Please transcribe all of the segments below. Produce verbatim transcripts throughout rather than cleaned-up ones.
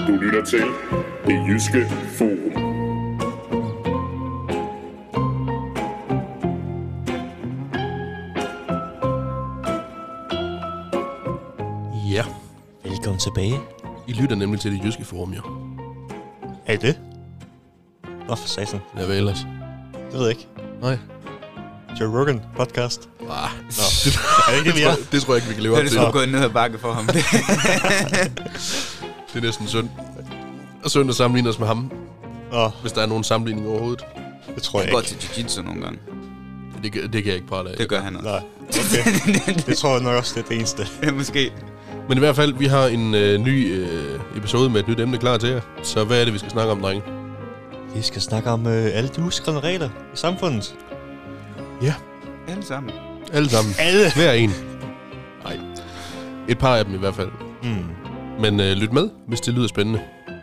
Du lytter til Det Jyske Forum. Ja, Velkommen tilbage. I lytter nemlig til Det Jyske Forum, jo. Er det det? Hvorfor sagde sådan? Hvad ellers? Det ved jeg ikke. Nej. Joe Rogan podcast. Ah, Nå. det, Er det ikke det, vi er? tror, det tror jeg ikke, vi kan leve op Det til. er gået ned ad bakke for ham. Det er næsten synd. Og synd at sammenligne os med ham, Nå, hvis der er nogen sammenligning overhovedet. det tror jeg Jeg går ikke. til jiu-jitsu nogle gange. Det, kan- det kan jeg ikke prale af. Det gør han også. Nej, okay. Det tror jeg nok også, det er det eneste. Ja, måske. Men i hvert fald, vi har en øh, ny øh, episode med et nyt emne klar til jer. Så hvad er det, vi skal snakke om, drenge? Vi skal snakke om øh, alle de uskrevne regler i samfundet. Alle sammen. Alle sammen. Alle! Hver en. Nej. Et par af dem i hvert fald. Mm. Men øh, lyt med, hvis det lyder spændende.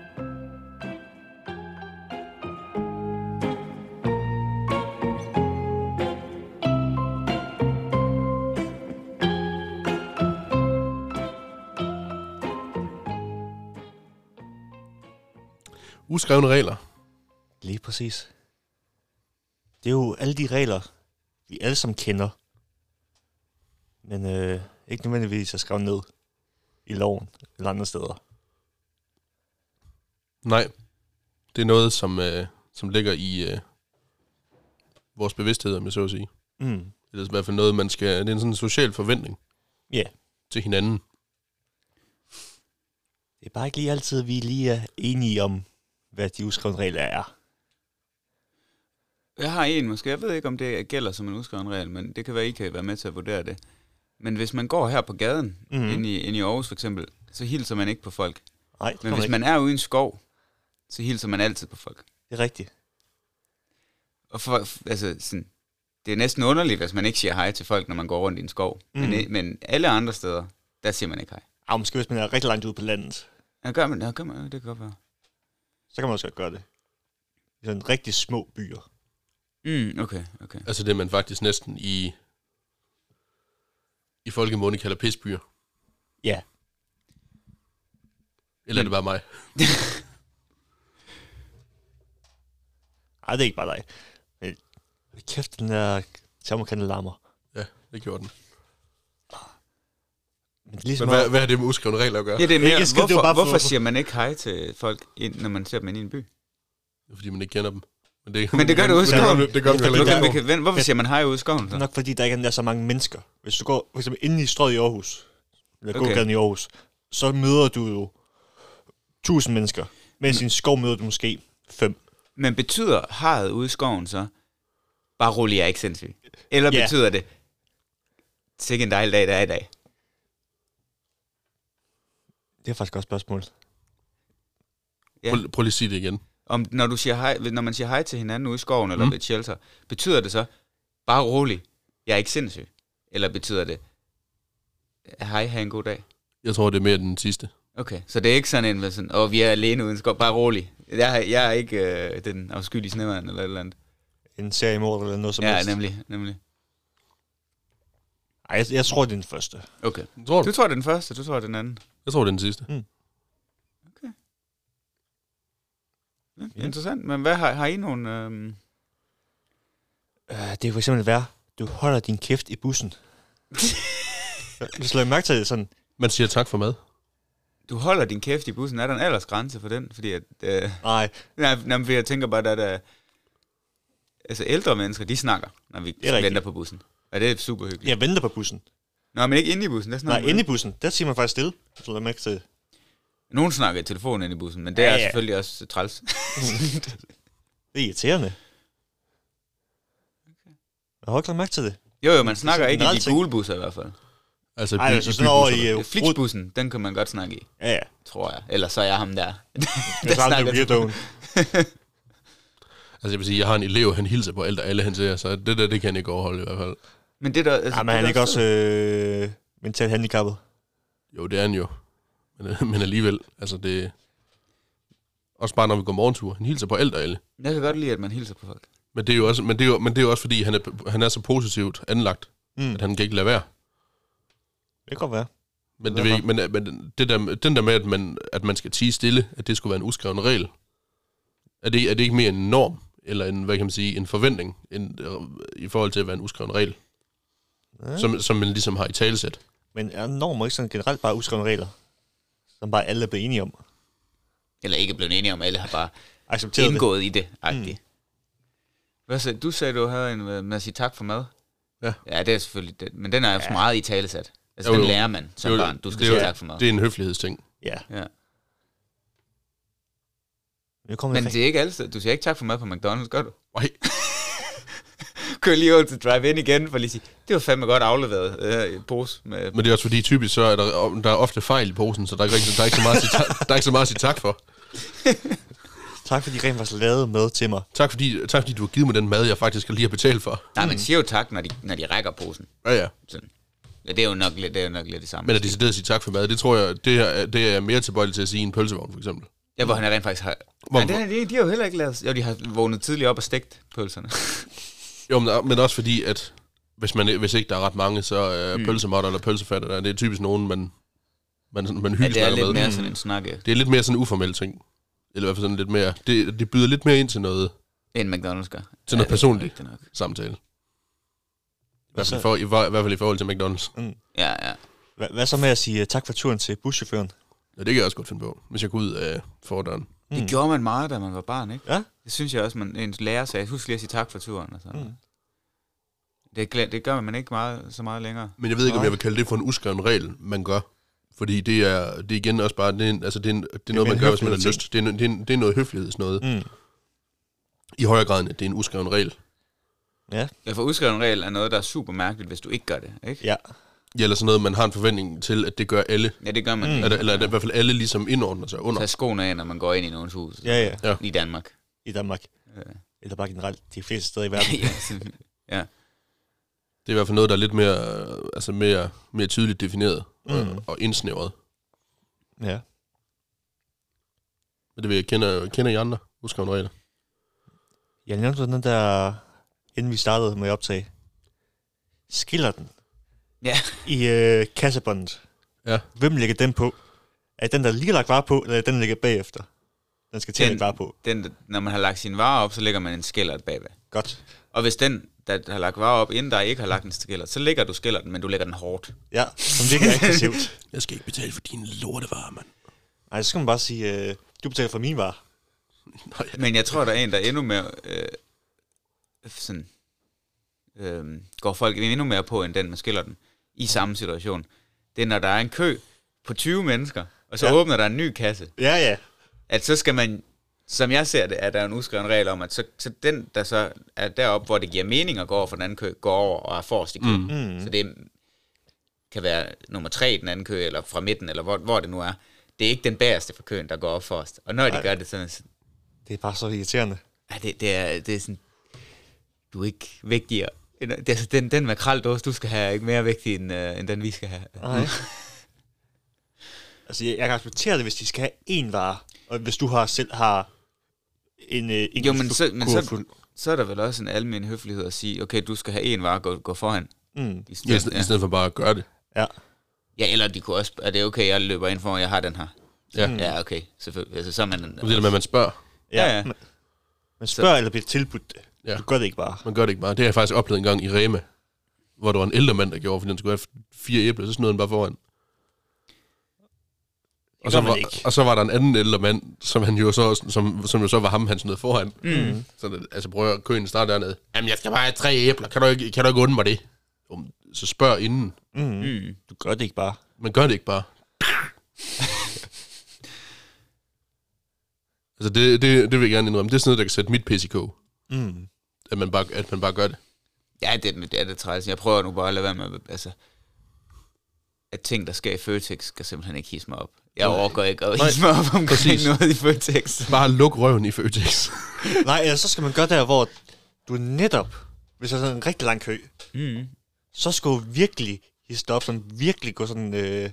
Uskrevne regler. Lige præcis. Det er jo alle de regler, vi alle sammen kender. Men øh, ikke nødvendigvis er skrevet ned i loven eller andre steder. Nej. Det er noget, som, øh, som ligger i øh, vores bevidsthed, om jeg så at sige. Mm. Det er i hvert fald noget, man skal... Det er en sådan en social forventning. Ja. Til hinanden. Det er bare ikke lige altid, vi lige er enige om, hvad de uskrevne regler er. Jeg har en måske. Jeg ved ikke, om det gælder som en udskreven regel, men det kan være, I kan være med til at vurdere det. Men hvis man går her på gaden, Mhm. mm-hmm. inde, i, inde i Aarhus for eksempel, så hilser man ikke på folk. Nej, det Men kommer hvis ikke. man er ude i en skov, så hilser man altid på folk. Det er rigtigt. Og for, altså, sådan, det er næsten underligt, hvis man ikke siger hej til folk, når man går rundt i en skov. Mm. Mhm. Men, men alle andre steder, der siger man ikke hej. Ah, måske hvis man er rigtig langt ude på landet, Ja, gør man, ja, gør man, det kan godt være. så kan man også godt gøre det. I sådan rigtig små byer. Mm, okay, okay. Altså det, man faktisk næsten i... I folkemunde kalder pisbyer. Ja. Eller er det bare mig? Ej, det er ikke bare dig. Men kæft, den der termokande larmer. Ja, det gjorde den. Men det er ligesom... Men hvad, hvad har det med uskrevne regler at gøre? Ja, det er mere, Ikke skidt, det var hvorfor, bare for- hvorfor siger man ikke hej til folk, ind, når man ser dem inde i en by? Det er, fordi man ikke kender dem. Men det, Men det gør det ude i men skoven. Det, det gør man Fordi heller der- ikke. Hvorfor, kan, hvorfor siger man hej ude i skoven? Det er Så? nok fordi, der ikke er så mange mennesker. Hvis du går for eksempel inde i strøget i Aarhus, eller Okay. gågaden i Aarhus, så møder du jo tusind mennesker. Mens i en skov møder du måske fem. Men betyder hajet ude i skoven så, bare rolig, jeg er ikke sindssyg? Eller Ja. betyder det, sikke en dejlig dag, der er i dag? Det er faktisk også et spørgsmål. Ja. Prøv, prøv lige at sige det igen. Om, når, du siger hej, når man siger hej til hinanden ude i skoven eller Mm. ved et shelter, betyder det så, bare rolig, jeg er ikke sindssyg? Eller betyder det, hej, have en god dag? Jeg tror, det er mere den sidste. Okay, så det er ikke sådan en, med sådan, åh, vi er alene uden skov, bare rolig. Jeg, er- jeg er ikke øh, den afskyelige snevand eller et eller andet. En seriemord eller noget som Ja, helst. nemlig, nemlig. Ej, jeg, jeg tror, det er den første. Okay. Tror du? Du tror, det er den første, du tror, det er den anden. Jeg tror, det er den sidste. Ja, interessant. Men hvad har, har I nogle... Øhm... Uh, det er for eksempel være, du holder din kæft i bussen. Du slår mærke til det sådan. Man siger tak for mad. Du holder din kæft i bussen. Er der en aldersgrænse for den? Fordi at... Øh... Nej, Nej, nej, fordi jeg tænker bare, at der er... Altså ældre mennesker, de snakker, når vi er rigtigt. venter på bussen. Og det er super hyggeligt. jeg venter på bussen. Nå, men ikke inde i bussen. Der snakker Nej, inde i bussen, der siger man faktisk stille. Så slår mærke til det. Nogen snakker i telefonen inde i bussen, men det er Ja, ja. selvfølgelig også træls. Det er irriterende. Jeg har ikke lagt mærke til det. Jo, jo, man snakker sådan ikke i generelt de ting. gule busser i hvert fald. Altså, Ej, by- altså sådan over i... bybusserne. Uh, Flixbussen, den kan man godt snakke i, Ja, ja. tror jeg. Ellers så er jeg ham der. Det er klart, det er weirdoen. Altså, jeg vil sige, jeg har en elev, han hilser på alt og alle, han ser, så det der, det kan han ikke overholde i hvert fald. Men det der... Altså, Ja, men det han er der ikke også øh, mentalt handicappet. Jo, det er han jo. Men, men alligevel, altså det... Også bare, når vi går morgentur. Han hilser på alt og alle. Jeg kan godt lide, at man hilser på folk. Men det er jo også, men det er jo, men det er jo også fordi, han er, han er så positivt anlagt, Mm. at han kan ikke lade være. Det kan godt være. Men, det vil, ikke- men, men det der, den der med, at man, at man skal tie stille, at det skulle være en uskreven regel, er det, er det ikke mere en norm, eller en, hvad kan man sige, en forventning, en, i forhold til at være en uskreven regel, ja. som, som man ligesom har i talesæt? Men er normer ikke sådan generelt bare uskrevne regler, som bare alle er blevet enige om? Eller ikke blevet enige om, alle har bare Accepteret indgået det. i det. Mm. Hvad sagde du? Sagde, du havde en med at sige tak for mad? Ja. Ja, det er selvfølgelig det. Men den er jo Ja. meget i talesat. Altså, Jo, den jo. lærer man som Jo, barn. Du skal det er sige jo- tak for mad. Det er en høflighedsting. Ja. Ja. Nu kommer Men jeg det er ikke alle steder. Du siger ikke tak for mad på McDonald's, gør du? Nej. Kører lige over til drive-in igen, for lige at sige, det var fandme godt afleveret øh, i pose. Med... Men det er også fordi, typisk så er der, der er ofte fejl i posen, så der er ikke, der er ikke, så, meget at sige, ta- der er ikke så meget at sige tak for. Tak fordi de rent faktisk lavede mad til mig. Tak fordi, tak fordi du har givet mig den mad, jeg faktisk lige har betalt for. Nej, man siger jo tak, når de, når de rækker posen. Ja, ja. Sådan. Ja, det er jo nok, lidt- det er jo nok lidt det samme. Men at de decideret at sige tak for mad, det tror jeg, det er, det er jeg mere tilbøjelig til at sige i en pølsevogn, for eksempel. Ja, hvor han er rent faktisk har... Hvor- Nej, det, de, de har jo heller ikke lavet... Jo, de har vågnet tidligt op og stegt pølserne. Jo, men, men også fordi, at hvis, man, hvis ikke der er ret mange, så er mm. pølsemotter eller pølsefatter, der, det er typisk nogen, man, man, man Ja, hygger det er lidt med. mere sådan en snakke Det er lidt mere sådan en uformel ting. Eller i hvert fald sådan lidt mere... Det, det byder lidt mere ind til noget, end McDonald's gør. til noget det er personligt rigtigt nok. samtale. I Hvad hvert, fald så, i, for, i, I hvert fald i forhold til McDonald's. Ja, ja. hvad, hvad så med at sige uh, tak for turen til buschaufføren? Ja, det kan jeg også godt finde på, hvis jeg går ud af fordøren. Det Mm. gjorde man meget, da man var barn, ikke? Ja. Det synes jeg også, man, en lærer sagde, husk lige at sige tak for turen. Og sådan. Mm. Det, glæ- det gør man ikke meget, så meget længere. Men jeg ved ikke, om Nej. jeg vil kalde det for en uskreven regel, man gør. Fordi det er, det er igen også bare... Det er, en, altså det er, en, det er noget, mere man gør, hvis man har høflighedsting. lyst. Det er, en- det, er en, det er noget høflighedsnoget. Mm. I højere grad, end at det er en uskreven regel. Ja. Ja, for udskreven regel er noget, der er super mærkeligt, hvis du ikke gør det, ikke? Ja. Ja, eller sådan noget, man har en forventning til, at det gør alle. Ja, det gør man. Mm. Mm. Eller, eller at i hvert fald alle ligesom indordner sig under. Tage skoene af, når man går ind i nogens hus. Ja, ja. Ja. I Danmark. I Danmark. Ja. Eller bare generelt de fleste steder i verden. ja, sådan- ja. Det er i hvert fald noget, der er lidt mere, øh, altså mere, mere tydeligt defineret Mm. og, og indsnævret. Ja. Men det vil jeg kende, kender I andre uskreven regler. Jeg nævnte den der, inden vi startede med at optage. Skiller den Ja. i øh, kassebåndet. Ja. Hvem lægger den på? Er den, der lige har lagt var på, eller er den, der ligger bagefter? Den skal til at Den- lægge var på. Den, når man har lagt sine varer op, så lægger man en skillert bagved. Godt. Og hvis den, der har lagt varer op, inden der ikke har lagt en skillert, så lægger du skillerten, men du lægger den hårdt. Ja, som virker aggressivt. Jeg skal ikke betale for dine lortevarer, mand. Nej, så skal man bare sige, øh, du betaler for min vare. Nej, Men jeg tror, der er en, der er endnu mere... Øh, sådan, øh, går folk endnu mere på, end den med skillerten. I samme situation. Det er, når der er en kø på tyve mennesker, og så Ja. ja. åbner der en ny kasse. Ja, ja. At så skal man... Som jeg ser det, er der en uskreven regel om, at så, så den, der så er deroppe, hvor det giver mening at gå over for den anden kø, går over og er forrest i køen. Mm. Mm. Så det kan være nummer tre i den anden kø, eller fra midten, eller hvor, hvor det nu er. Det er ikke den bagerste for køen, der går op forrest. Og når de Nej. gør det, sådan, så Det er bare så irriterende. ja, det, det, er, det er sådan, du er ikke vigtigere. Det er, altså, den, den makrelldåse, du skal have, er ikke mere vigtig, end, uh, end den, vi skal have. Nej. Altså, jeg, jeg kan acceptere det, hvis de skal have én vare, og hvis du har selv har en øh, en Jo, men så, men kurv så, fuld. så er der vel også en almen høflighed at sige, okay, du skal have en vare, gå, gå foran. Mm. I I, stedet, stedet, I stedet for bare at gøre det. Ja. Ja, eller de kunne også, er det okay, jeg løber ind foran, jeg har den her. Ja. Mm. Ja, okay, selvfølgelig. Altså, så er man... Det er det med, at man spørger. Ja, Ja, ja. Men, men spørg eller bliver tilbudt det. Ja. Du gør det ikke bare. Man gør det ikke bare. Det har jeg faktisk oplevet en gang i Rema, hvor der var en ældre mand, der gjorde, fordi han skulle have fire æbler, så snød han bare foran. Og så, gør man var, ikke. og så var der en anden ældre mand, som, han jo så, som, som jo så var ham, han snød foran. Mm. Så det, altså prøv at køen starte dernede. Jamen, jeg skal bare have tre æbler. Kan du ikke, kan du ikke undre mig det? Jo, så spørg inden. Mm. Mm. Du gør det ikke bare. Man gør det ikke bare. altså, det, det, det vil jeg gerne indrømme. Det er sådan noget, der kan sætte mit pis i kog. Mm. At man bare, at man bare gør det. Ja, det, det er det træls. Jeg prøver nu bare at lade være med, altså, at ting, der sker i Føtex, skal simpelthen ikke hisse mig op. Jeg Nej. overgår ikke at Nej, hisse mig op omkring præcis. noget i Føtex. Bare luk røven i Føtex. Nej, eller så skal man gøre der, hvor du netop, hvis der er sådan en rigtig lang kø, Mm. så skal du virkelig hisse op, sådan virkelig gå sådan øh,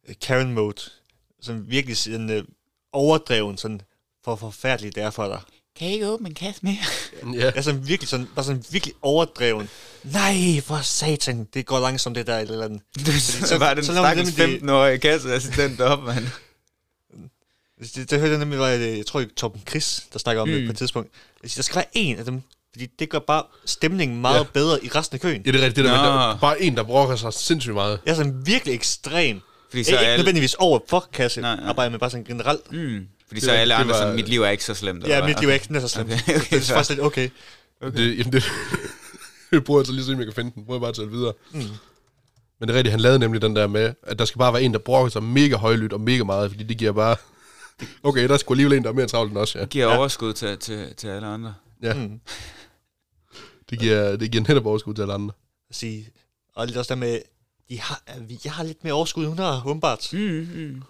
Karen-mode, sådan virkelig sådan øh, overdreven, sådan for forfærdeligt det er for dig. kan I ikke åbne en kasse mere? Ja. Jeg er sådan virkelig, sådan, bare sådan virkelig overdreven. Nej, for satan, det går langsomt det der, eller andet. Så, så var den stakkels femten-årige kasseassistent deroppe, mand. Det, det hørte jeg nemlig, var, jeg tror, det Torben Chris, der snakker om mm. det på et tidspunkt. Jeg siger, der skal være en af dem, fordi det gør bare stemningen meget ja. bedre i resten af køen. Ja, det er rigtigt. Det der, der bare en, der brokker sig sindssygt meget. Jeg er sådan virkelig ekstrem. Fordi så ikke alle... nødvendigvis over for kasse, arbejder med bare sådan generelt. Mm. Fordi det, så alle andre var... sådan, mit liv er ikke så slemt. Ja, mit liv er ikke så slemt. Okay, okay, det er faktisk lidt okay. okay. Det, jamen det, jeg prøver altså lige så, jeg kan finde den. Prøver bare at tage videre. Mm. Men det er rigtigt, han lavede nemlig den der med, at der skal bare være en, der brokker sig mega højlydt og mega meget, fordi det giver bare... Okay, der skulle alligevel en, der er mere travlt end os, ja. Det giver ja. overskud til, til, til alle andre. Ja. Mm. Det giver, det giver netop overskud til alle andre. Sige, og lidt også der med, de har, jeg har lidt mere overskud, hun har åbenbart. Mm, mm.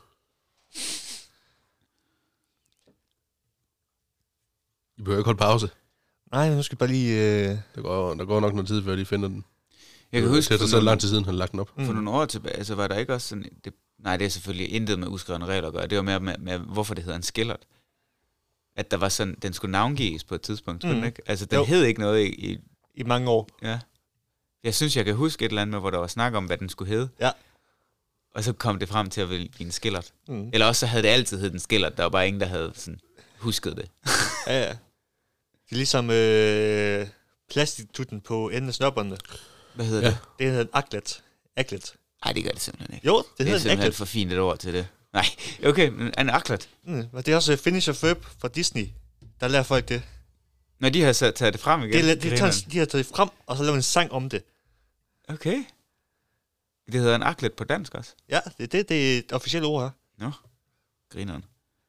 I behøver ikke holde pause. Nej, men nu skal vi bare lige... Øh... Der, går, der går nok noget tid, før de finder den. Jeg kan huske... Det er så lang tid siden, han lagt den op. For mm. nogle år tilbage, altså var der ikke også sådan... Det, nej, det er selvfølgelig intet med uskrevne regler at gøre. Det var mere med, med, hvorfor det hedder en skillert. At der var sådan... Den skulle navngives på et tidspunkt, mm. ikke? Altså, den jo. hed ikke noget i, i... I mange år. Ja. Jeg synes, jeg kan huske et eller andet med, hvor der var snak om, hvad den skulle hedde. Ja. Og så kom det frem til at blive en skillert. Mm. Eller også så havde det altid heddet en skillert. Der var bare ingen, der havde sådan husket det. Ja, ja. Det er ligesom øh, plastiktutten på enden af snopperne. Hvad hedder ja. det? Det hedder en aklet. Aklet. Nej, det gør det simpelthen ikke. Jo, det, det hedder en aklet. Det er simpelthen for fint et ord til det. Nej, okay, men en aklet. Mm, men det er også Finisher Verb fra Disney. Der lærer folk det. Når de har taget det frem igen? Det, de, de, tager, de har taget det frem, og så lavet en sang om det. Okay. Det hedder en aklet på dansk også? Ja, det er det, det er et officielt ord her. Nå, grineren.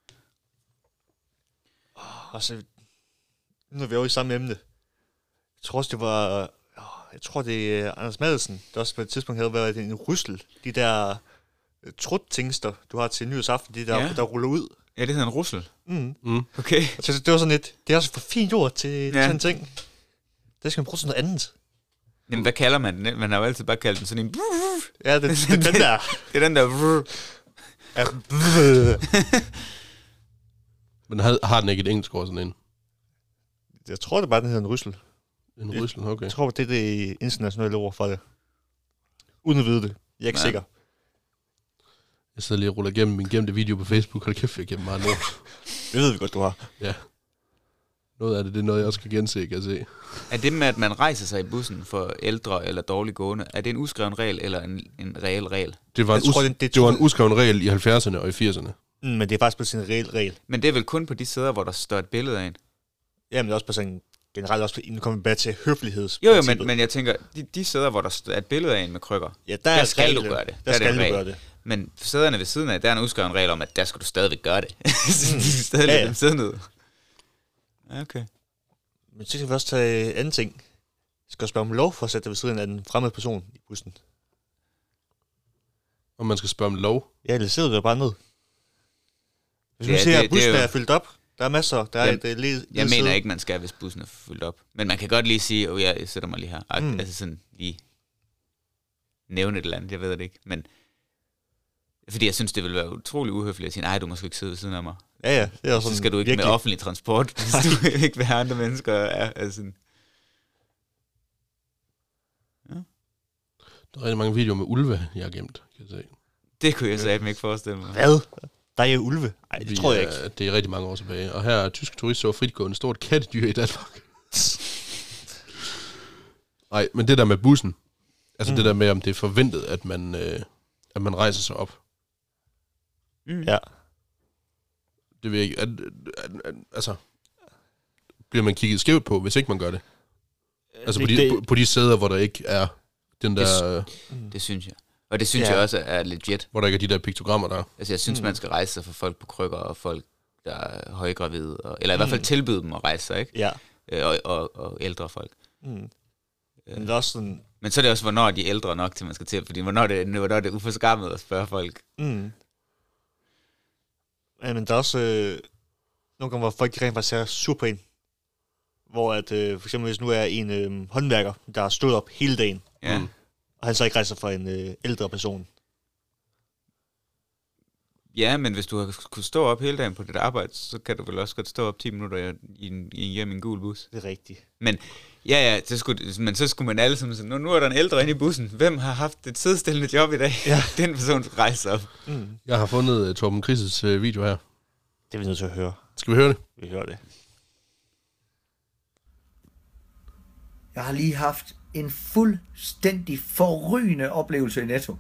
Oh, og så... Nu er vi over i samme emne. Jeg tror også, det var... Oh, jeg tror, det er Anders Madsen, der også på et tidspunkt havde været en ryssel. De der uh, trut-tingster, du har til nyhedsaften, de der, ja. der ruller ud. Ja, det hedder en russel. Mm. Mm. Okay. Så det var sådan et... Det er også for fint ord til ja. sådan en ting. Det skal man bruge sådan noget andet. Jamen, hvad kalder man den? Man har jo altid bare kaldt den sådan en... Ja, det, det er den der. Det er den der... Ja. Men har, har den ikke et engelsk ord sådan en? Jeg tror, det bare, den hedder en ryssel. En ryssel, okay. Jeg tror, det er det internationale ord for det. Uden at vide det. Jeg er ikke ja. sikker. Jeg sidder lige og ruller igennem min gemte video på Facebook. Hold kæft, jeg gemmer meget nu. Det ved vi godt, du har. Ja. Noget af det, det er noget, jeg også skal gense, kan jeg se. Er det med, at man rejser sig i bussen for ældre eller dårligt gående, er det en uskreven regel eller en, en reel regel? Det var, en, us- tror, det, det, det var en uskreven regel i halvfjerdserne og i firserne. Mm, men det er faktisk på sin reel regel. Men det er vel kun på de steder, hvor der står et billede af en? Jamen, det er også på sådan generelt også, nu kommer vi bare til høfligheds. Jo, jo, men, men jeg tænker, de, de steder, hvor der er et billede af en med krykker, ja, der, der er skal regel, du gøre det. Der, der skal du gøre det. Men stederne ved siden af, der er en uskreven regel om, at der skal du stadigvæk gøre det. Så de skal stadig ja, ja. dem siddende ud. Okay. Men så skal vi også tage anden ting. Vi skal spørge om lov for at sætte dig ved siden af en fremmed person i bussen. Om man skal spørge om lov? Ja, eller sidder du der bare ned. Hvis ja, du ser, det, at bussen det er, er fyldt op, der er masser, der Jamen, er et led, Jeg mener ikke, man skal, hvis bussen er fyldt op. Men man kan godt lige sige, at oh, ja, jeg sætter mig lige her. Mm. Altså sådan lige nævne et eller andet, jeg ved det ikke. Men fordi jeg synes, det ville være utrolig uhøfligt at sige, nej, du må sgu ikke sidde ved siden af mig. Ja, ja. Det er også så skal du ikke virkelig med offentlig transport, hvis du ikke vil have andre mennesker. Er, altså. Ja. Der er rigtig mange videoer med ulve, jeg har gemt, kan jeg se. Det kunne jeg satme ikke forestille mig. Hvad? Der er ulve? Ej, det Vi, tror jeg ikke. Det er rigtig mange år tilbage. Og her er tysk turist så fritgående stort kattedyr i Danmark. Nej, men det der med bussen, altså mm. det der med, om det er forventet, at man, øh, at man rejser sig op. Mm. Ja. Det vil jeg ikke, at, at, at, altså, bliver man kigget skævt på, hvis ikke man gør det? Altså på de, det, på, på de sæder, hvor der ikke er den der... Det, mm. det synes jeg. Og det synes ja. jeg også er legit. Hvor der ikke er de der piktogrammer der. Altså jeg synes, mm. man skal rejse sig for folk på krykker, og folk, der er højgravide, og, eller i mm. hvert fald tilbyde dem at rejse sig, ikke? Ja. Øh, og, og, og ældre folk. Mm. Øh. Men, det er også sådan... Men så er det også, hvornår er de ældre nok til, man skal til, fordi hvornår er det, hvornår er det uforskammet at spørge folk. Mm. Ja, men der er også øh, nogle gange, hvor folk rent faktisk er sur på en. Hvor at, øh, for eksempel hvis nu er en øh, håndværker, der har stået op hele dagen, ja. og han så ikke rejser for en øh, ældre person. Ja, men hvis du har kunne stå op hele dagen på dit arbejde, så kan du vel også godt stå op ti minutter i en, i en hjem i en gul bus. Det er rigtigt. Men ja, ja, så skulle, men så skulle man alle sammen sige, nu, nu er der en ældre inde i bussen. Hvem har haft et sidestillende job i dag? Ja. Den person skal rejse op. Mm. Jeg har fundet uh, Torben Chris' uh, video her. Det er vi nødt til at høre. Skal vi høre det? Vi hører det. Jeg har lige haft en fuldstændig forrygende oplevelse i Netto.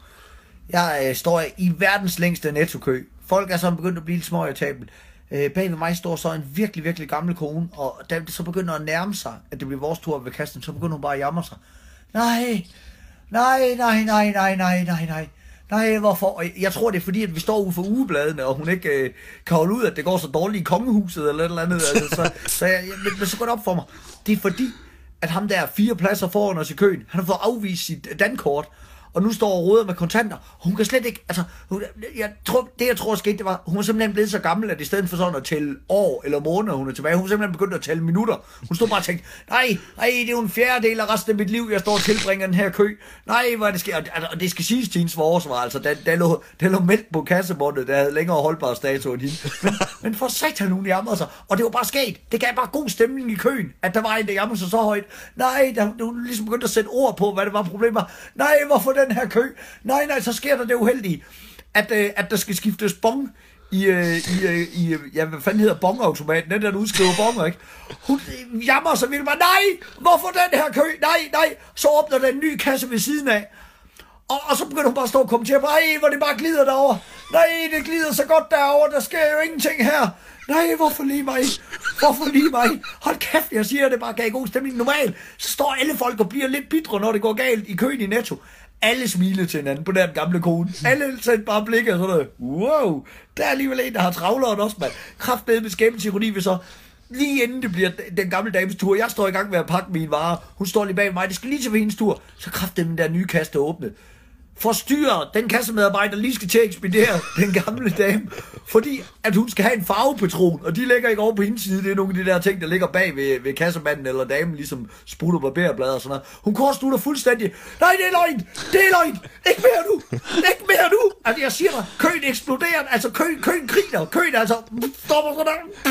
Jeg øh, står i verdens længste Netto-kø. Folk er så begyndt at blive lidt småirritabel. Øh, bag ved mig står så en virkelig, virkelig gammel kone, og da det så begynder at nærme sig, at det bliver vores tur ved kassen, så begynder hun bare at jamre sig. Nej, nej, nej, nej, nej, nej, nej, nej. Nej, hvorfor? Og jeg tror, det er fordi, at vi står ude for ugebladene, og hun ikke øh, kan holde ud, at det går så dårligt i kongehuset, eller et eller andet. Altså, så, så jeg, jeg, men, men så går det op for mig. Det er fordi, at ham der fire pladser foran os i køen, han har fået afvist sit dankort, og nu står og råder med kontanter. Hun kan slet ikke, altså, hun, jeg tror, det jeg tror skete, det var, hun var simpelthen blevet så gammel, at i stedet for sådan at tælle år eller måneder, hun er tilbage, hun simpelthen begyndt at tælle minutter. Hun stod bare og tænkte, nej, nej, det er jo en fjerdedel af resten af mit liv, jeg står og tilbringer den her kø. Nej, hvad det sker, og, og det skal siges til hendes forsvar, altså, der, der, lå, der lå mælk på kassebåndet, der havde længere holdbare stato end hende. Men, men for satan, hun jamrede sig, og det var bare sket. Det gav bare god stemning i køen, at der var en, der jamrede sig så højt. Nej, der, hun ligesom begyndte at sætte ord på, hvad det var problemer. Nej, hvorfor den her kø? Nej, nej, så sker der det uheldige, at, øh, at der skal skiftes bong i, øh, i, øh, i, ja, hvad fanden hedder bongautomaten, den der, der udskriver bonger, ikke? Hun øh, jammer sig vildt bare, nej, hvorfor den her kø? Nej, nej, så åbner der en ny kasse ved siden af, og, og så begynder hun bare at stå og kommentere på, ej, hvor det bare glider derover. Nej, det glider så godt derover, der sker jo ingenting her. Nej, hvorfor lige mig? Hvorfor lige mig? Hold kæft, jeg siger, det bare gav god stemning. Normalt, så står alle folk og bliver lidt bitre, når det går galt i køen i Netto. Alle smilede til hinanden på den gamle kone. Alle sendte bare blikket og sådan noget. Wow, der er alligevel en, der har travleren også, mand. Kraftedeme med skæbens ironi, hvis så lige inden det bliver den gamle dames tur. Jeg står i gang med at pakke mine varer. Hun står lige bag mig. Det skal lige til ved hendes tur. Så kraftedeme der nye kasse, der åbnet. Forstyrrer den kassemedarbejder lige skal til at ekspedere den gamle dame, fordi at hun skal have en farvepatron, og de ligger ikke over på hendes side. Det er nogle af de der ting, der ligger bag ved, ved kassemanden eller damen, ligesom sprutter barberblad og sådan noget. Hun kortslutter fuldstændig. Nej, det er løgn! Det er løgn! Ikke mere nu! Ikke mere nu! Altså, jeg siger dig, køen eksploderer, altså køen, køen griner, køen altså stopper sådan der.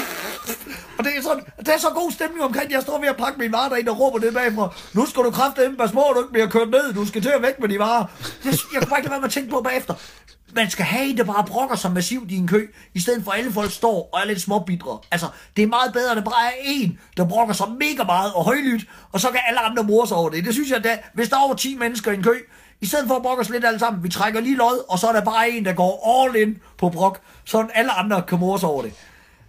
Og det er, sådan, det er så god stemning omkring, jeg står ved at pakke mine varer derinde og råber det bagfra. Nu skal du kraftedeme passe på, du ikke bliver kørt ned, du skal til at væk med de varer. Jeg, jeg kunne bare ikke lade være med at tænke på bagefter. Man skal have en, der bare brokker sig massivt i en kø, i stedet for at alle folk står og er lidt småbitre. Altså, det er meget bedre, at der bare er en, der brokker sig mega meget og højlydt, og så kan alle andre morde sig over det. Det synes jeg, at hvis der er over ti mennesker i en kø, i stedet for at brokke sig lidt alle sammen, vi trækker lige lod, og så er der bare en, der går all in på brok, så alle andre kan morde sig over det.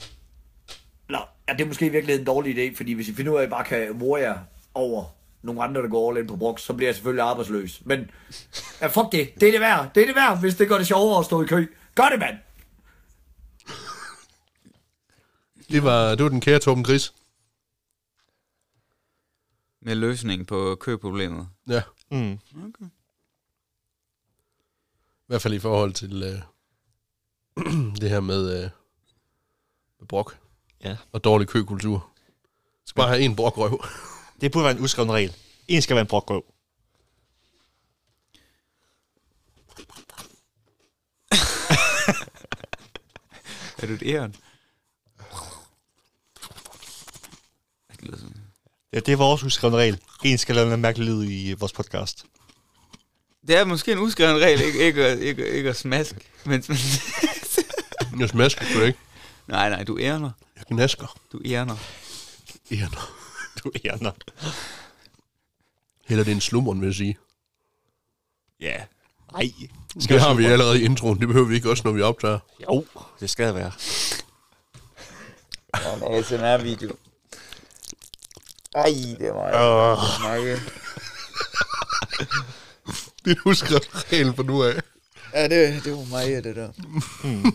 Nå, ja, det er måske virkelig en dårlig idé, fordi hvis I finder ud af, at I bare kan morde jer over nogle andre, der går all in på brok, så bliver jeg selvfølgelig arbejdsløs. Men ja, fuck det. Det er det værd. Det er det værd, hvis det gør det sjovere at stå i kø. Gør det, mand! Det var, det var den kære Torben Chris. Med løsning på køproblemet. Ja. Mm. Okay. I hvert fald i forhold til øh, det her med, øh, med brok. Ja. Og dårlig køkultur. Skal bare have en brokrøv. Det burde være en uskreven regel. En skal være en brokrøv. Er du et æren? Ja, det er vores uskreven regel. En skal lave en mærkelig lyd i vores podcast. Det er måske en uskreven regel, ikke, ikke, ikke, ikke, ikke at smaske. Men, Jeg smasker du ikke. nej, nej, du ærner. Jeg gnasker. Du ærner. Ærner. Du ærner. Heller det er en slumren, vil jeg sige. Ja. Nej. Det har vi allerede i introen. Det behøver vi ikke også, når vi optager. Jo, det skal det være. Ja, en A S M R-video. Ej, det er mig. Uh. Mig. Det er en uskrevet regel for nu af. Ja, det, det var mig, det der. Mm.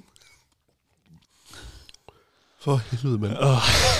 For helvede, mand. Uh.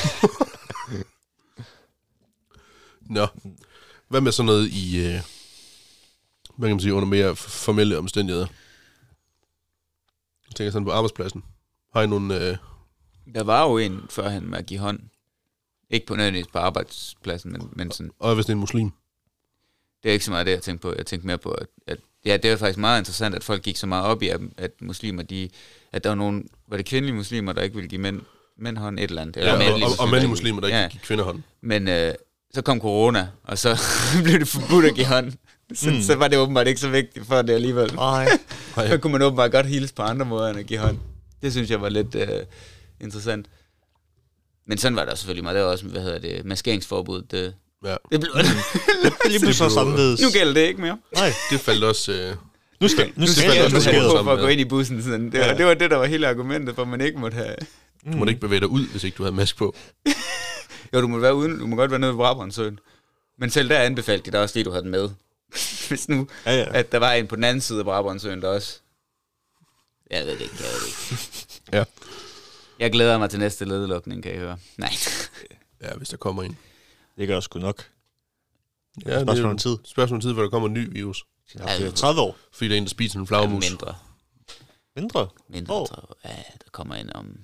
Nå. Hvad med sådan noget i, øh, hvad kan man sige, under mere formelle omstændigheder? Jeg tænker sådan på arbejdspladsen. Har I nogle... Øh... Der var jo en førhen med at give hånd. Ikke på nødvendigvis på arbejdspladsen, men, men sådan... Og hvis det er en muslim? Det er ikke så meget det, jeg tænkte på. Jeg tænkte mere på, at, at Ja, det er faktisk meget interessant, at folk gik så meget op i, at, at muslimer, de, at der var nogle, var det kvindelige muslimer, der ikke ville give mænd, mænd hånd et eller andet. Eller Ja, mandlige og, og, og mandlige muslimer, der ikke ja. gik kvindehånd. Men øh, så kom corona, og så blev det forbudt at give hånd. Så, mm. så var det åbenbart ikke så vigtigt for det alligevel. Nej. Så kunne man åbenbart godt hilse på andre måder, end at give hånd. Det synes jeg var lidt øh, interessant. Men sådan var der selvfølgelig meget. Det var også, hvad hedder det, maskeringsforbud. Det, Ja. det blev Det er lige pludselig så anderledes. Nu gælder det ikke mere. Nej. Det faldt også... Øh, Nu skal, nu Nu skal, skal jeg nu også skal, have på sammen for at med- gå ind i bussen. Sådan. Det, var, Ja. det var det, der var hele argumentet for, at man ikke måtte have... du måtte ikke bevæge dig ud, hvis ikke du havde mask på. Jo, du må, være uden, du må godt være nede ved Brabrandsøen. Men selv der anbefalede de, der også lige, du havde den med. Hvis nu, Ja, ja. at der var en på den anden side af Brabrandsøen, der også... Jeg ved det ikke, jeg ved det ikke. Ja. Jeg glæder mig til næste ledlukning, kan I høre. Nej. Ja, hvis der kommer en. Det gør sgu nok. Ja, Spørgsmål om tid. Spørgsmål om tid, hvor der kommer en ny virus. Ja, det er tredive år. Fordi der er en, der spiser en flagermus. Mindre. Mindre. Mindre. Hvor? Tror jeg. Ja, der kommer ind om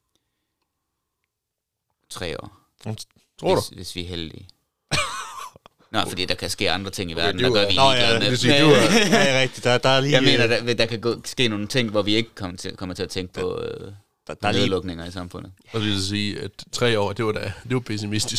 tre år. Tror du? Hvis, hvis vi er heldige. Nå, fordi der kan ske andre ting i verden, det der var- gør vi Nå, ligeglade ja, med. det siger du, er- Ja, rigtigt. Der, der er lige... Jeg mener, øh, der, der kan gå, ske nogle ting, hvor vi ikke kommer til, kommer til at tænke på øh, der, der er lige... nedlukninger i samfundet. Og så vil jeg sige, at tre år, det var da det var pessimistisk.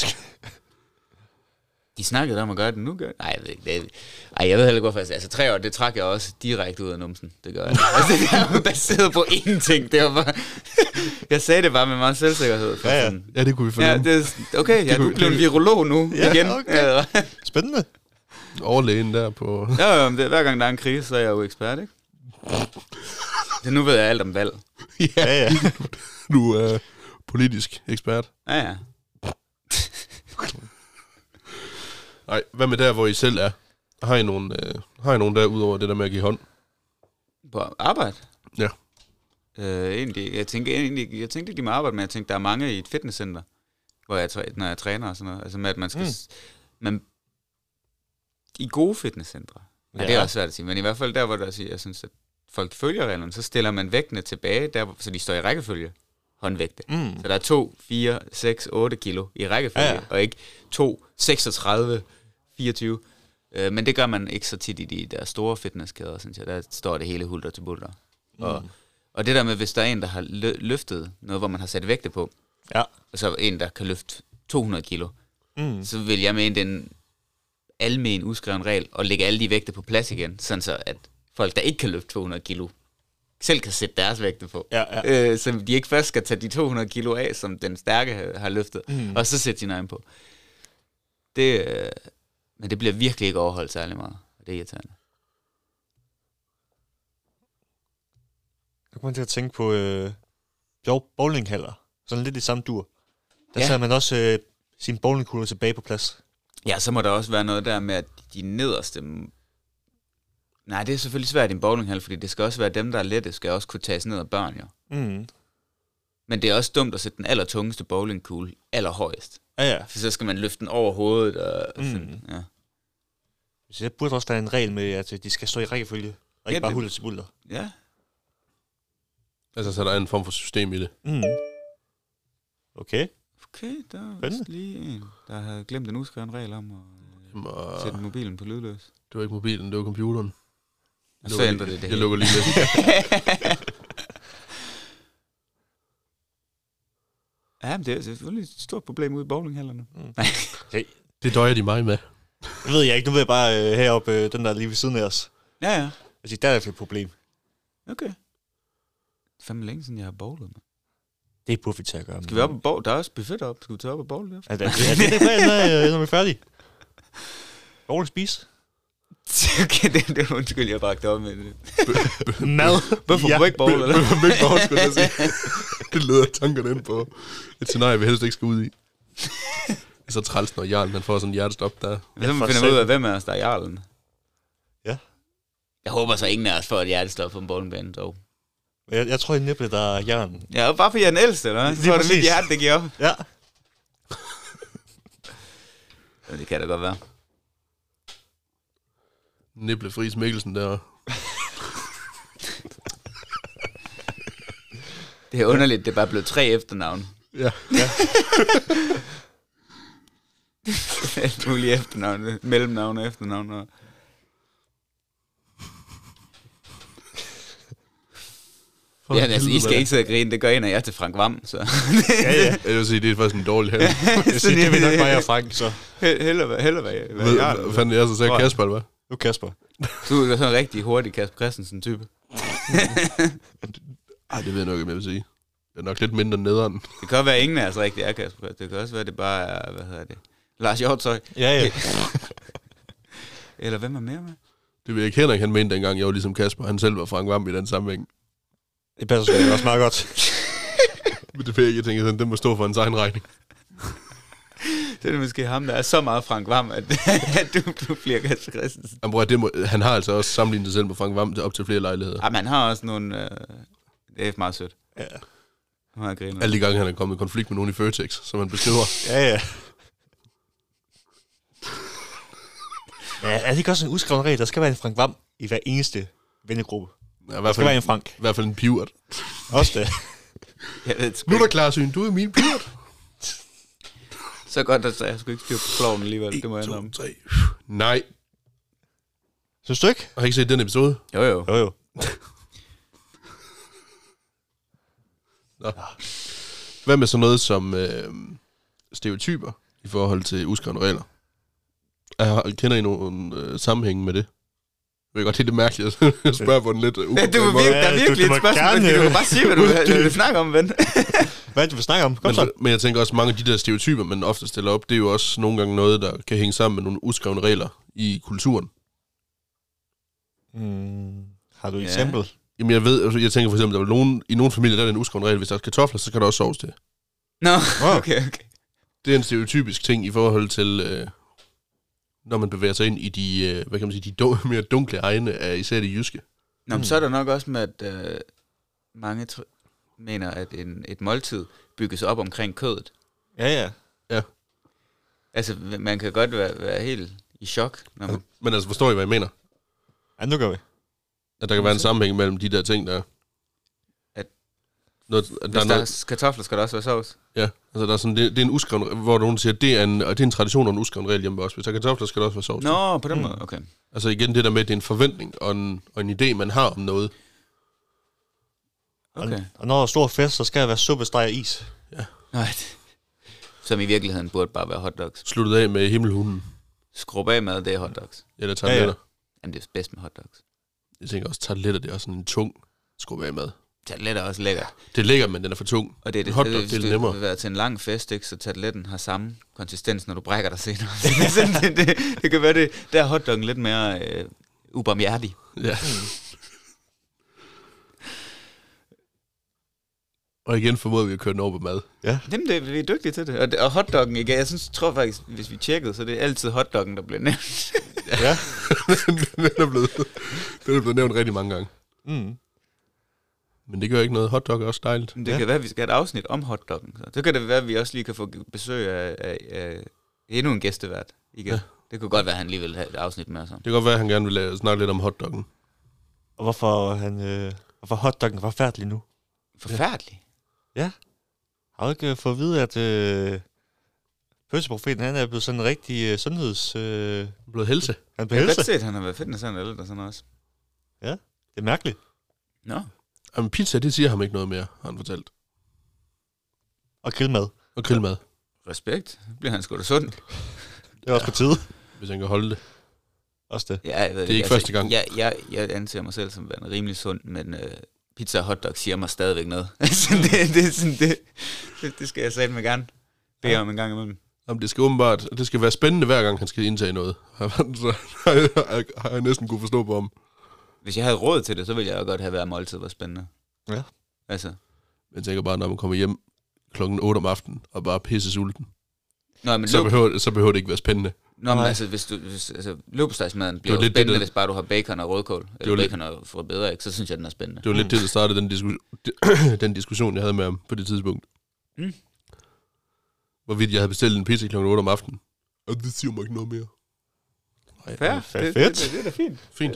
De snakkede om at gøre det nu, gør Nej, jeg ved ikke. Det er, ej, jeg ved heller ikke, hvorfor. Altså, tre år, det trak jeg også direkte ud af numsen. Det gør jeg. Altså, det er jo baseret på ingenting. Det var bare... jeg sagde det bare med meget selvsikkerhed. For Ja, ja. sådan, Ja, det kunne vi fornemme. ja, det er, okay, ja, du blev en virolog nu Ja, igen. okay. Ja, Spændende. Overlægen der på... ja, ja, men det, hver gang der er en krise, så er jeg jo ekspert, ikke? Det, nu ved jeg alt om valg. ja, Ja, ja. du er øh, politisk ekspert. Ja, ja. Nej, hvad med der, hvor I selv er? Har I nogen, øh, har I nogen der, udover det der med at give hånd? På arbejde? Ja. Øh, egentlig, jeg tænker egentlig, jeg tænkte ikke lige med arbejde, men jeg tænkte, der er mange i et fitnesscenter, hvor jeg, træ- når jeg træner og sådan noget. Altså med, at man skal... Mm. Man, i gode fitnesscentre. Ja, Ja. det er også svært at sige, men i hvert fald der, hvor der siger, jeg synes, at folk følger reglerne, så stiller man vægtene tilbage, der, hvor- så de står i rækkefølge. Håndvægte. Mm. Så der er to, fire, seks, otte kilo i rækkefølge, Ja, ja, ja. og ikke to, seksogtredive, fireogtyve. Øh, men det gør man ikke så tit i de der store fitnesskæder, synes jeg. Der står det hele hulter til bulter. Mm. Og, og det der med, hvis der er en, der har lø- løftet noget, hvor man har sat vægte på, Ja. og så en, der kan løfte to hundrede kilo, Mm. så vil jeg mene, den almen uskreven regel, og lægge alle de vægte på plads igen, sådan så at folk, der ikke kan løfte to hundrede kilo, selv kan sætte deres vægte på. Ja, ja. Øh, så de ikke først skal tage de to hundrede kilo af, som den stærke har- har løftet, mm. og så sætte sin egen på. Det, øh, men det bliver virkelig ikke overholdt særlig meget. Det er irriterende. Jeg kommer til at tænke på øh, bow- bowlinghaller. Sådan lidt i samme dur. Der Ja. ja. man også øh, sine bowlingkugler tilbage på plads. Ja, så må der også være noget der med, at de nederste... Nej, det er selvfølgelig svært i en bowlinghal, fordi det skal også være dem, der er lette, skal også kunne tages ned af børn, jo. Mm. Men det er også dumt at sætte den allertungeste bowlingkugle allerhøjest. Ja, ja. For så skal man løfte den over hovedet. Og, og sådan, Mm. ja. Så jeg burde også være en regel med, at øh, de skal stå i rækkefølge, og ikke Ja, bare det- hulter til bulter. ja. Altså, så der er en form for system i det. Mm. Okay. Okay, der var Spændende. vist lige en, der havde glemt en uskreven regel om at Jamen, øh, og sætte mobilen på lydløs. det var ikke mobilen, det var computeren. Og så ændrer det det Jeg hele. lukker lige lidt. Ja, men det er selvfølgelig et stort problem ude i bowlinghallerne. Mm. Nej. Det døjer de mig med. Det ved jeg ikke. Nu ved jeg bare øh, heroppe, øh, den der lige ved siden af os. Ja, ja. Altså, der er et problem. Okay. Det er fandme længe siden, jeg har bowlet, man. Det burde vi til at gøre. Skal vi op og bowl? Der er også buffet op. Skal vi tage op og bowl der? Er det er det, det, det planen, når, øh, når vi er færdige? Bowl og spise? Okay, det, det undskyld, jeg bragte op med det. Mad. Hvorfor Ja. ja. ikke bowl, eller? Big Boss, skulle jeg sige. Det leder tankerne ind på et scenarie, vi helst ikke skal ud i. Det er så træls, når Jarl han får sådan en hjertestop der. Så må for vi finde ud satan. af, hvem af os, der er jarlen. Ja. Jeg håber så ingen af os får et hjertestop på en bowlingbane, dog. Jeg, jeg tror, i Nibble, der er jern. Ja, bare fordi jeg er den ældste, eller? Så Lige tror det mit præcis. hjerte, det giver op. Ja. Ja, det kan da godt være. Nible Friis Mikkelsen der. Det er underligt, det er bare blevet tre efternavn. Ja. Alt muligt efternavn, mellemnavn og efternavn. Og... For Ja, altså, I helvede, skal mand. ikke sidde og grine. Det gør en af jer til Frank Vam, så... Ja, ja. Jeg vil sige, det er faktisk en dårlig hand. Jeg siger, det vil nok mig og Frank, så. Hellere, hellere hvad, hvad Ved, jeg hvad fanden jeg så sagde Tror jeg. Kasper, eller hvad? Nu Kasper. Du er sådan en rigtig hurtig Kasper Christensen-type. Ej, det ved jeg nok ikke, jeg vil sige. Det er nok lidt mindre nederen. Det kan også være, at ingen af os rigtig er Kasper Christensen. Det kan også være, at det bare er, hvad hedder det, Lars Hjortøj. Ja, ja. Eller hvem er mere med? Det vil jeg ikke Henrik, han mente dengang, jeg var ligesom Kasper. Han selv var Frank Vam i den sammenhæng. Det passer sgu også meget godt. Men det vil jeg ikke, jeg tænker sådan, den må stå for en egen regning. Så er det måske ham, der er så meget Frank Vam, at, at du, du bliver Kasper Christensen. Jamen, bror, det må, han har altså også sammenlignet sig selv med Frank Vam op til flere lejligheder. Ja, men han har også nogle... Øh, det er meget sødt. Ja. Han har grinet. Alle de gange, han er kommet i konflikt med nogen i Føtex, som han beskriver. Ja, ja. Ja, er det ikke også en uskreven regel? Der skal være en Frank Vam i hver eneste vennegruppe. Ja, i Der hvert skal være fald, en Frank. i hvert fald en pivot. Også det. Jeg ved det sgu Nu er der ikke. klarsyn, du er min pivot. Så godt, at jeg skulle ikke styre på kloven alligevel. Det må jeg en, indrømme. to, tre. Nej, Synes du ikke? jeg har ikke set den episode. Jo, jo. Jo, jo. Nå. Hvad med sådan noget som øh, stereotyper i forhold til uskrevne regler? Jeg kender I nogle øh, sammenhæng med det? Jeg ved godt, det er lidt mærkeligt at spørge på den lidt uh, Ja, det var virkelig, der er Ja, virkelig du- du et må spørgsmål. gerne- Du kan bare sige, hvad du vil, vil snakke om, ven. Hvad er det, du vil snakke om? Kom så. men, men jeg tænker også, mange af de der stereotyper, man ofte stiller op, det er jo også nogle gange noget, der kan hænge sammen med nogle uskrevne regler i kulturen. Mm, har du et Ja. eksempel? Jamen jeg ved, altså, jeg tænker for eksempel, der er nogen, i nogle familier, der er en uskreven regel, hvis der er kartofler, så skal der også sovs til. Nå, Wow. okay, okay. Det er en stereotypisk ting i forhold til, øh, når man bevæger sig ind i de, øh, hvad kan man sige, de dum, mere dunkle egne af især det jyske. Nå, men så er der nok også med, at øh, mange tr- mener, at en, et måltid bygges op omkring kødet. Ja, ja. Altså, man kan godt være, være helt i chok, når man... Men altså, forstår I, hvad jeg mener? Ja, nu gør vi. At der kan være en sammenhæng mellem de der ting, der... At- Noget, at der Hvis er der noget, er kartofler, skal der også være sovs. ja, altså der er sådan, det, det er en uskreven, hvor nogen siger, at det er en, og det er en tradition og en uskreven regel hjemme også. Hvis der er kartofler, skal der også være sovs til. Nå, på den måde, okay. Altså igen, det der med, at det er en forventning og en, og en idé, man har om noget. Okay. Og, og når der er stor fest, så skal der være suppe, steg og is. Nej, det- som i virkeligheden burde bare være hotdogs. Sluttet af med himmelhunden. Skrub af mad, det er hotdogs. Eller tarteletter. Ja, ja. Jamen, det er bedst med hotdogs. Jeg tænker også, tarteletter, det er også sådan en tung skub af mad. Tartelet er også lækkert. Det er lækkert, men den er for tung. Og det er det, Hotdog, det, det er hvis lidt du nemmere. vil være til en lang fest, ikke, så tarteletten har samme konsistens, når du brækker dig senere. det, er sådan, det, det, det kan være, det, der er hotdoggen lidt mere øh, ubarmhjertig. Ja. Og igen formåede vi at køre den over på mad. Jamen, det, vi er dygtige til det. Og, det- og hotdoggen, ikke? Jeg synes, tror faktisk, hvis vi tjekkede, så det er altid hotdoggen, der bliver nævnt. Ja. den, er blevet, den er blevet nævnt rigtig mange gange. Mm. Men det gør ikke noget. Hotdog er også dejligt. Men det Ja. kan være, at vi skal have et afsnit om hotdoggen. Så det kan det være, at vi også lige kan få besøg af, af, af endnu en gæstevært igen. Ja. Det kunne godt være, at han lige vil have et afsnit med os om. Det kan godt være, at han gerne vil lave, snakke lidt om hotdoggen. Og hvorfor, han, øh, hvorfor hotdoggen er forfærdelig nu? Forfærdeligt. Har du ikke øh, fået at vide, at øh, pølseprofeten, han er blevet sådan en rigtig øh, sundheds... Øh, Blevet helse. han er Jeg på har godt helse. set, at han har været fitnesscenter og sådan også. Det er mærkeligt. Nå. Jamen pizza, det siger ham ikke noget mere, har han fortalt. Og grillmad. Og grillmad, Respekt. Så bliver han sgu da sund. Det er også på tide. hvis han kan holde det. Også det. Ja, jeg ved Det er ikke første gang. Jeg, jeg, jeg anser mig selv som værende rimelig sund, men øh, pizza og hotdog siger mig stadigvæk noget. Altså, det, det, er sådan, det, det, det skal jeg satme gerne bede Ja. om en gang imellem. Jamen, det skal åbenbart, det skal være spændende hver gang, han skal indtage noget. Så har jeg, har jeg næsten kunne forstå på ham. Hvis jeg havde råd til det, så ville jeg jo godt have været måltid var spændende. Ja. Altså. Men jeg tænker bare, når man kommer hjem klokken otte om aftenen og bare er pisse sulten, Nå, men så løb, behøver, så behøver det ikke være spændende. Nå, men Nej. altså, hvis du, hvis, altså, løbestegsmaden bliver Det var jo lidt det, spændende, der- hvis bare du har bacon og rødkål. Eller lidt- bacon og frø bedre, ikke? Så synes jeg, den er spændende. Det var lidt det, der startede den, disku- den diskussion, jeg havde med ham på det tidspunkt. Mm. Hvorvidt jeg havde bestilt en pizza klokken otte om aftenen. Og det siger mig ikke noget mere. Nej, Fair. Fedt. Det, det, det, det er da fint. fint.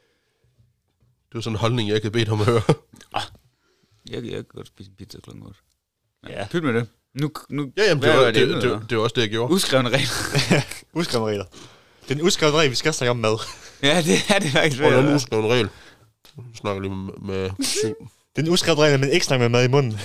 Det var sådan en holdning, jeg ikke havde bedt om at høre. Jeg, jeg kan godt spise en pizza klokken otte. Ja. Pyt med det. Nu, nu, Ja, jamen, det, hvad var, er det, emnet, det, det, eller? det var også det, jeg gjorde. Uskrevne regler. Uskrevne regler. Det er en uskreven regel, vi skal snakke om mad. Ja, det er det faktisk. Og ved der at er være. en uskreven regel. Nu snakker lige med, med syn. Det Det er en uskrevet regel, men ikke snakke med mad i munden.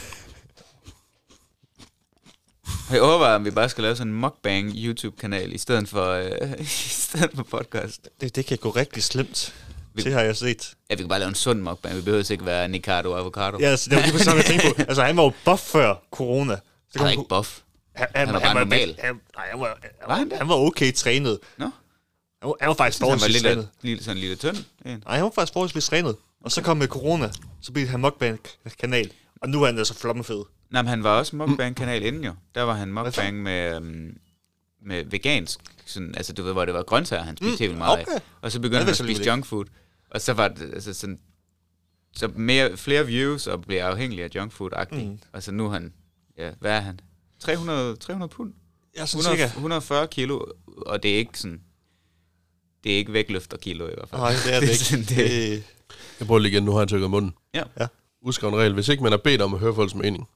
Jeg overvejer, om vi bare skal lave sådan en mukbang YouTube-kanal, i stedet for, øh, i stedet for podcast. Det, det kan gå rigtig slemt. Vi- Det har jeg set. Ja, vi kan bare lave en sund mukbang. Vi behøver ikke være Nicardo og Avocado. Ja, altså, det var lige på sådan, jeg tænkte på. Altså, han var jo buff før corona. Så Han kom- er ikke buff. Han, Han er bare normal. Han, nej, han var, Var han han, det? han var okay trænet. Nå, Han var, han var faktisk han var forholdsvis lidt, trænet. lille, sådan en lille tynd. En. Nej, han var faktisk forholdsvis trænet. Og så kom med corona. Så blev han mukbang-kanal. Og nu er han altså flommefed. Nej, men han var også mukbang-kanal inden jo. Der var han mukbang med, øhm, med vegansk, sådan, altså du ved, hvor det var grøntsager, han spiste mm, helt vildt meget okay. af. Og så Det begyndte han at vidste jeg spise alligevel junkfood. Og så var det altså sådan, så mere, flere views og blev afhængig af junkfood-agtigt. Mm. Og så nu er han, ja, hvad er han? tre hundrede, tre hundrede pund? Ja, så hundrede, cirka. et hundrede og fyrre kilo, og det er ikke sådan, det er ikke vægtløfterkilo i hvert fald. Nej, det er det sådan, ikke. det, Det, Jeg prøver lige igen, nu har jeg tykket munden. ja. Ja. Udskreven regel. Hvis ikke man er bedt om at høre folks mening,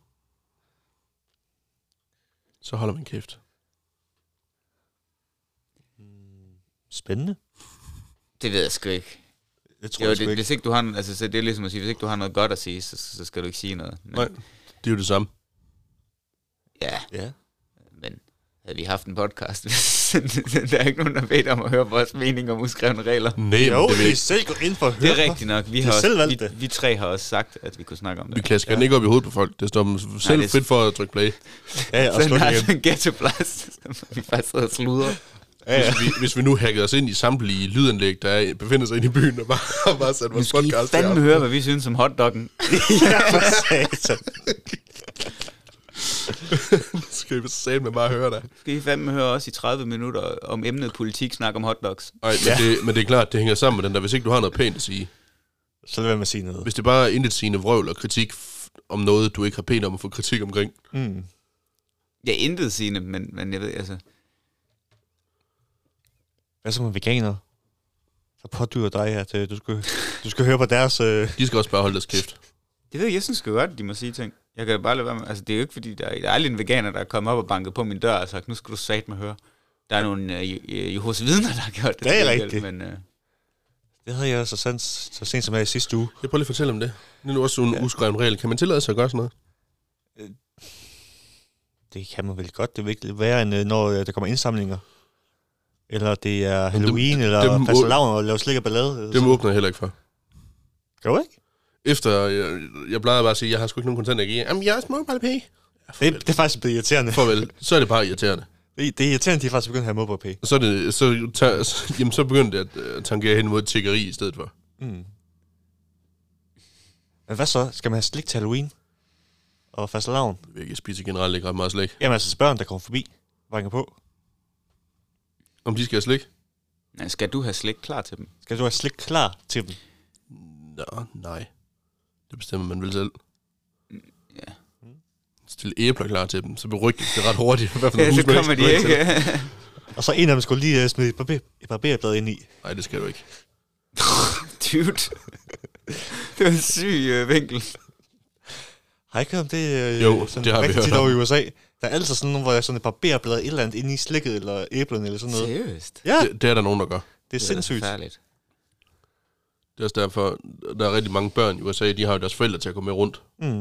så holder man kæft. spændende. Det ved jeg sgu ikke. Det tror Jo, jeg sgu det, ikke. hvis ikke du har, altså, så det er ligesom at sige, hvis ikke du har noget godt at sige, så, så skal du ikke sige noget. Men, Nej, det er jo det samme. Ja, Ja. men havde vi haft en podcast, der er ikke nogen, der bedt om at høre vores mening om uskrevne regler. Nej, Jo, det vil vi ikke. selv gå ind for at Det høre. er rigtigt nok. Vi, De har har selv også, valgt vi, det. vi tre har også sagt, at vi kunne snakke om Vi det. klasker den ikke op i hovedet på folk. Det står dem selv det er- frit for at trykke play. Ja, ja, og Så sluk der er igen. sådan en ghetto-plads, som vi faktisk sidder og sluder. Ja, ja. Hvis vi, hvis vi nu hackede os ind i samtlige lydanlæg, der er, befinder sig inde i byen, og bare, bare satte Nu vores skal I podcast fandme herop. høre, hvad vi synes om hotdoggen. Ja, for satan. Skal vi sætte med bare høre dig. Skal I fandme høre også i tredive minutter om emnet politik, snak om hotdogs. Ej, men, Ja. det, men det er klart, det hænger sammen med den der, hvis ikke du har noget pænt at sige. Så lad være med at sige noget. Hvis det bare er intetsigende vrøvl og kritik f- om noget, du ikke har pænt om at få kritik omkring. Mm. Ja, intet sigende, men, men jeg ved, altså... Hvad så med veganer? Så pådyrer dig, at øh, du, skal, du skal høre på deres... Øh... De skal også bare holde deres kæft. Det ved jeg, jeg synes sgu godt, de må sige ting. Jeg kan bare lade være med... Altså, det er jo ikke, fordi der er, der er aldrig en veganer, der er kommet op og banket på min dør og sagt, nu skal du satme høre. Der er nogle øh, Jehovas vidner, der har gjort det. Det er til gengæld, rigtigt. Men, øh, Det havde jeg så sent, så sent som her i sidste uge. Jeg prøver lige at fortælle om det. Det er nu også sådan en Ja. uskreven regel. Kan man tillade sig at gøre sådan noget? Det kan man vel godt. Det vil ikke være, end, øh, når øh, der kommer indsamlinger. Eller det er Halloween, dem- eller dem- fastelavn, og lave slik og ballade. Det åbner jeg heller ikke for. Gør du ikke? Efter, jeg, jeg plejede bare at sige, jeg har sgu ikke nogen kontanter at give. Jamen, jeg er småball pay. Det, det er faktisk blevet irriterende. Farvel. Så er det bare irriterende. Det, det er irriterende, at de faktisk begyndt at have mobile pay. Og så, er det, så, tager, så, jamen, så begyndte det at uh, tangere hen mod tiggeri i stedet for. Mm. Men hvad så? Skal man have slik til Halloween? Og fastelavn? Jeg vil ikke spise generelt ikke ret meget slik. Jamen altså børn, der kommer forbi, banker på. Om de skal have slik? men skal du have slik klar til dem? Skal du have slik klar til dem? Nå, nej. Det bestemmer man vel selv. Ja. Stille æbler klar til dem, så berygter det ret hurtigt. Hvad for Ja, noget så hus, man kommer skal de drikke ikke. til. Og så en af dem skulle lige uh, smide et, barber, et barberblad ind i. Nej, det skal du ikke. Dude. Det var en syg øh, vinkel. Har I ikke hørt om det? Øh, Jo, sådan det har vi rigtig hørt tit om. over i U S A. Der er altid sådan nogle, hvor der er sådan et barberblad et eller andet inde i slikket, eller æblerne, eller sådan noget. Seriøst? Ja, Det, det er der nogen, der gør. det er sindssygt. Færligt. Det er også derfor, der er rigtig mange børn i U S A, de har jo deres forældre til at gå med rundt. Mm.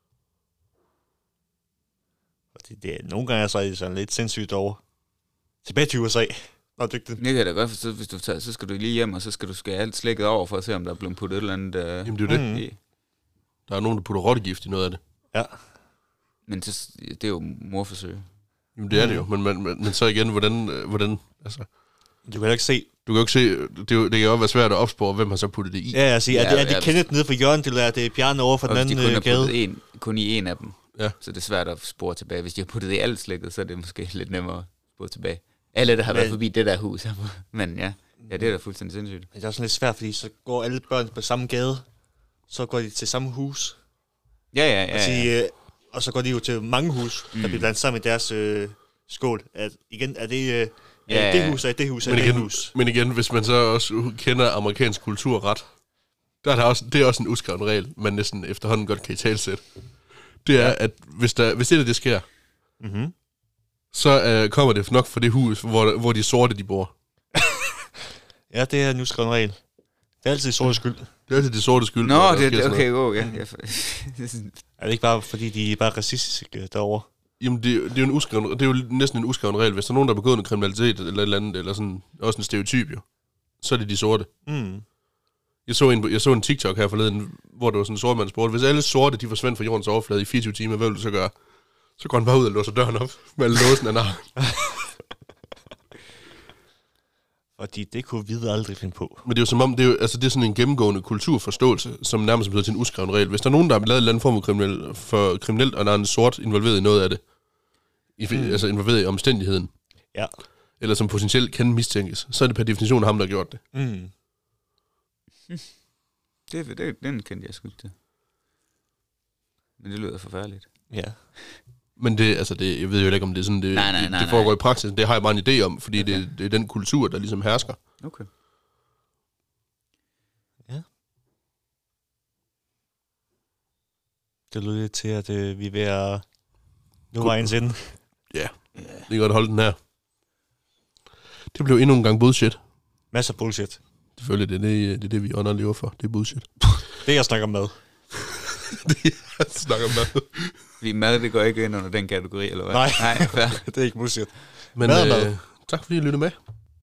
Og det, det er, nogle gange er så er det sådan lidt sindssygt over. Tilbage til U S A. Nå, dygtigt. Det kan jeg da godt forstå, hvis du tager, så skal du lige hjem, og så skal du skære alt slikket over, for at se, om der er blevet puttet et eller andet... Øh, Jamen, det er jo det. Mm. i. Der er nogen, der putter rottegift i noget af det. Ja. Men det, det er jo morforsøg. Jamen, det er det jo. Men, men, men, men så igen, hvordan... øh, hvordan altså, Du kan heller ikke se. du kan jo ikke se... Det, er jo, det kan jo også være svært at opspore, hvem har så puttet det i. Ja, jeg siger, Ja, er det, er ja, det Kenneth nede fra hjørnet, eller er det Bjarne over for Og den hvis de anden kun øh, har gade? puttet en, kun i en af dem, Ja. så det er svært at spore tilbage. Hvis de har puttet det i alt slikket, så er det måske lidt nemmere at spore tilbage. Alle, der har været Men- forbi det der hus. Men ja, ja det er da fuldstændig sindssygt. Men det er også sådan lidt svært, fordi så går alle børn på samme gade, så går de til samme hus, Ja, ja, og, ja. ja. sige, øh, og så går de jo til mange hus, der Mm. bliver blandt sammen i deres øh, skål. At, igen, er det, øh, Ja, er det ja. hus, er det hus, er Men det igen, hus? men igen, hvis man så også kender amerikansk kultur ret, der er der også, det er også en uskreven regel, man næsten efterhånden godt kan i talsætte. Det er, at hvis, der, hvis det der det sker, Mm-hmm. så øh, kommer det nok fra det hus, hvor, hvor de sorte de bor. Ja, det er en uskreven regel. Det er altid de sorte skyld. Det er altid de sorte skyld. Nå, når der det, sker det sådan okay, noget. wow, ja. ja. Er det ikke bare, fordi de er bare racistiske derovre? Jamen, det, det, er jo en uskreven, det er jo næsten en uskreven regel. Hvis der er nogen, der har begået en kriminalitet eller et eller andet, eller sådan, også en stereotyp jo, så er det de sorte. Mm. Jeg så, en, jeg så en TikTok her forleden, hvor der var sådan en sort mand spurgte, hvis alle sorte, de forsvandt fra jordens overflade i fireogtyve timer, hvad vil du så gøre? Så går han bare ud og låser døren op med alle låsen af nar. Fordi det kunne hvide aldrig finde på. Men det er jo som om, det er, jo, altså, det er sådan en gennemgående kulturforståelse, som nærmest bliver til en uskreven regel. Hvis der er nogen, der har lavet en eller anden form for, kriminel, for kriminelt, og der er en sort involveret i noget af det, i, mm. altså involveret i omstændigheden, Ja. eller som potentielt kan mistænkes, så er det per definition ham, der har gjort det. Mm. det, det, den kendte jeg sgu ikke til. Men det lyder forfærdeligt. Ja. Men det, altså det, jeg ved jo ikke, om det er sådan, det, Nej, nej, nej, det, det foregår nej. i praksis. Det har jeg bare en idé om, fordi Okay. det, det er den kultur, der ligesom hersker. Okay. Det lyder lidt til, at øh, vi er ved at nå vejens ende. Ja, det kan godt holde den her. Det blev endnu en gang bullshit. Masser af bullshit. Selvfølgelig, det er det, det, er det vi ånder lever for. Det er bullshit. Det, jeg snakker med. det jeg snakker med. Fordi mad, det går ikke ind under den kategori, eller hvad? Nej. Nej, fair. Det er ikke bullshit. Men Mad er øh, mad. tak fordi I lyttede med.